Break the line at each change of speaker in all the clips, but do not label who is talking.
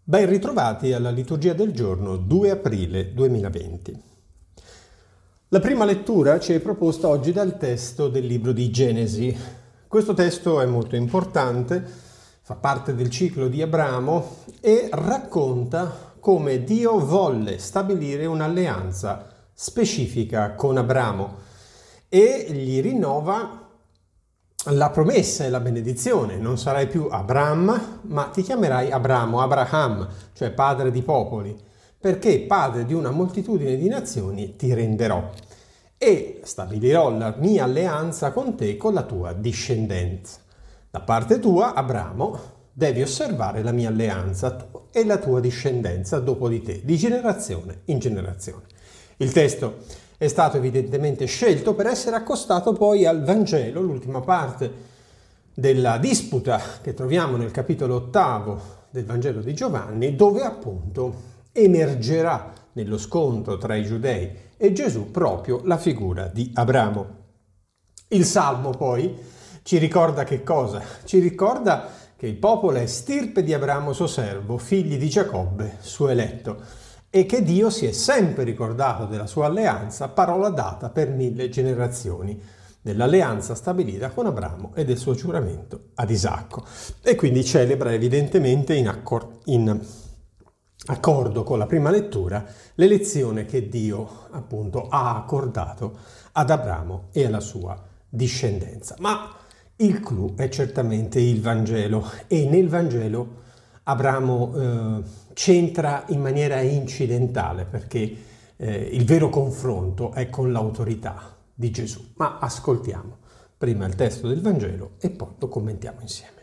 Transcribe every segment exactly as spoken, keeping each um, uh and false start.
Ben ritrovati alla liturgia del giorno due aprile duemilaventi. La prima lettura ci è proposta oggi dal testo del libro di Genesi. Questo testo è molto importante, fa parte del ciclo di Abramo e racconta come Dio volle stabilire un'alleanza specifica con Abramo e gli rinnova la promessa e la benedizione: non sarai più Abram, ma ti chiamerai Abramo, Abraham, cioè padre di popoli, perché padre di una moltitudine di nazioni ti renderò e stabilirò la mia alleanza con te, con la tua discendenza. Da parte tua, Abramo, devi osservare la mia alleanza, tu e la tua discendenza dopo di te, di generazione in generazione. Il testo è stato evidentemente scelto per essere accostato poi al Vangelo, l'ultima parte della disputa che troviamo nel capitolo ottavo del Vangelo di Giovanni, dove appunto emergerà nello scontro tra i giudei e Gesù proprio la figura di Abramo. Il Salmo poi ci ricorda che cosa? Ci ricorda che il popolo è stirpe di Abramo suo servo, figli di Giacobbe suo eletto, e che Dio si è sempre ricordato della sua alleanza, parola data per mille generazioni, dell'alleanza stabilita con Abramo e del suo giuramento ad Isacco. E quindi celebra evidentemente in, accor- in accordo con la prima lettura l'elezione che Dio appunto ha accordato ad Abramo e alla sua discendenza. Ma il clou è certamente il Vangelo, e nel Vangelo Abramo eh, c'entra in maniera incidentale, perché eh, il vero confronto è con l'autorità di Gesù. Ma ascoltiamo prima il testo del Vangelo e poi lo commentiamo insieme.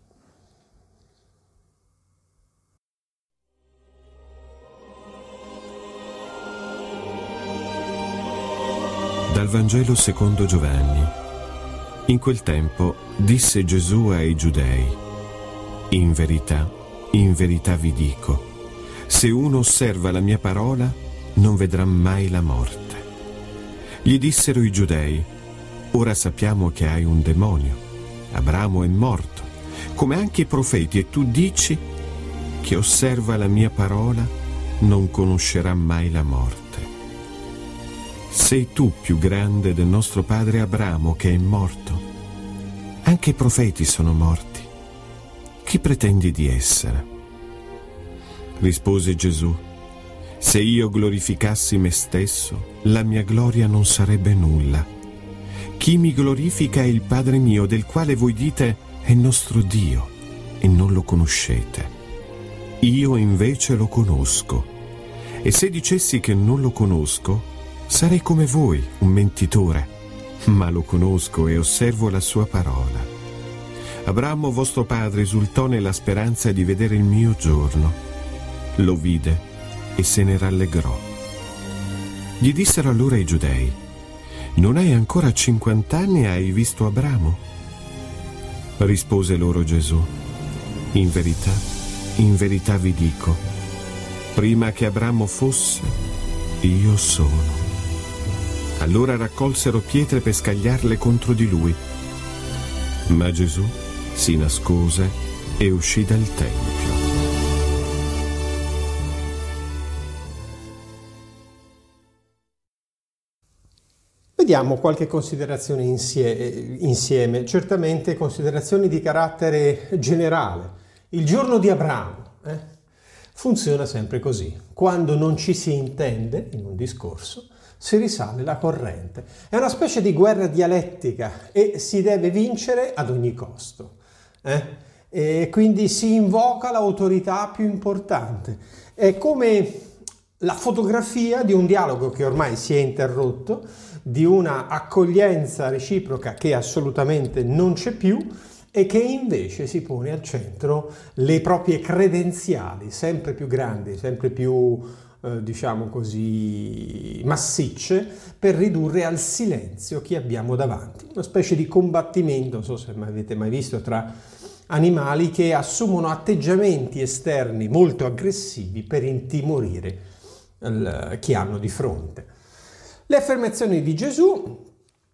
Dal Vangelo secondo Giovanni. In quel tempo disse Gesù ai Giudei: in verità, in verità vi dico, se uno osserva la mia parola, non vedrà mai la morte. Gli dissero i Giudei: ora sappiamo che hai un demonio. Abramo è morto, come anche i profeti, e tu dici: chi osserva la mia parola non conoscerà mai la morte. Sei tu più grande del nostro padre Abramo, che è morto? Anche i profeti sono morti. Chi pretendi di essere? Rispose Gesù: se io glorificassi me stesso, la mia gloria non sarebbe nulla. Chi mi glorifica è il Padre mio, del quale voi dite è nostro Dio, e non lo conoscete. Io invece lo conosco. E se dicessi che non lo conosco, sarei come voi, un mentitore. Ma lo conosco e osservo la sua parola. Abramo vostro padre esultò nella speranza di vedere il mio giorno. Lo vide e se ne rallegrò. Gli dissero allora i Giudei: non hai ancora cinquant'anni e hai visto Abramo? Rispose loro Gesù: in verità, in verità vi dico, prima che Abramo fosse, io sono. Allora raccolsero pietre per scagliarle contro di lui. Ma Gesù si nascose e uscì dal tempio.
Vediamo qualche considerazione insieme, certamente considerazioni di carattere generale. Il giorno di Abramo eh, funziona sempre così: quando non ci si intende in un discorso, si risale la corrente. È una specie di guerra dialettica e si deve vincere ad ogni costo. Eh? E quindi si invoca l'autorità più importante. È come la fotografia di un dialogo che ormai si è interrotto, di una accoglienza reciproca che assolutamente non c'è più e che invece si pone al centro le proprie credenziali, sempre più grandi, sempre più eh, diciamo così massicce, per ridurre al silenzio chi abbiamo davanti. Una specie di combattimento, non so se avete mai visto, tra animali che assumono atteggiamenti esterni molto aggressivi per intimorire il, chi hanno di fronte. Le affermazioni di Gesù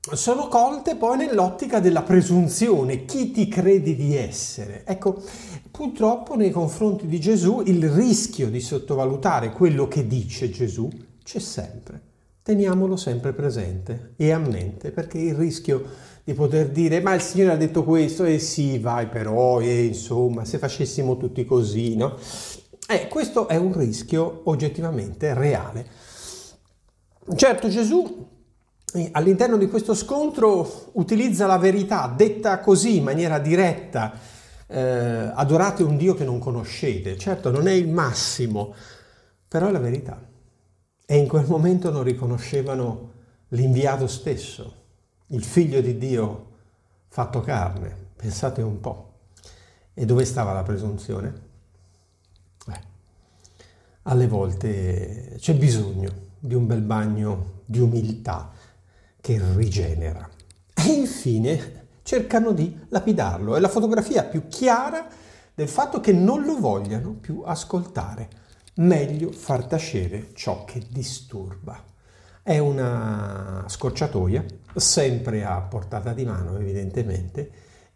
sono colte poi nell'ottica della presunzione, chi ti credi di essere? Ecco, purtroppo nei confronti di Gesù il rischio di sottovalutare quello che dice Gesù c'è sempre. Teniamolo sempre presente e a mente, perché il rischio di poter dire ma il Signore ha detto questo e eh sì, vai però, e insomma, se facessimo tutti così, no? Eh, questo è un rischio oggettivamente reale. Certo, Gesù all'interno di questo scontro utilizza la verità, detta così in maniera diretta, eh, adorate un Dio che non conoscete. Certo, non è il massimo, però è la verità. E in quel momento non riconoscevano l'inviato stesso, il figlio di Dio fatto carne. Pensate un po'. E dove stava la presunzione? Eh, alle volte c'è bisogno di un bel bagno di umiltà che rigenera. E infine cercano di lapidarlo. È la fotografia più chiara del fatto che non lo vogliano più ascoltare. Meglio far tacere ciò che disturba. È una scorciatoia, sempre a portata di mano evidentemente,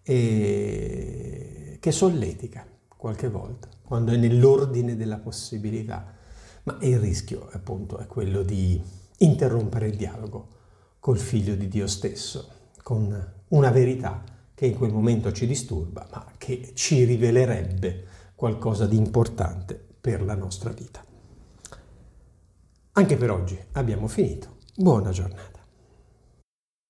e che solletica qualche volta, quando è nell'ordine della possibilità. Ma il rischio appunto è quello di interrompere il dialogo col figlio di Dio stesso, con una verità che in quel momento ci disturba, ma che ci rivelerebbe qualcosa di importante per la nostra vita. Anche per oggi abbiamo finito. Buona giornata.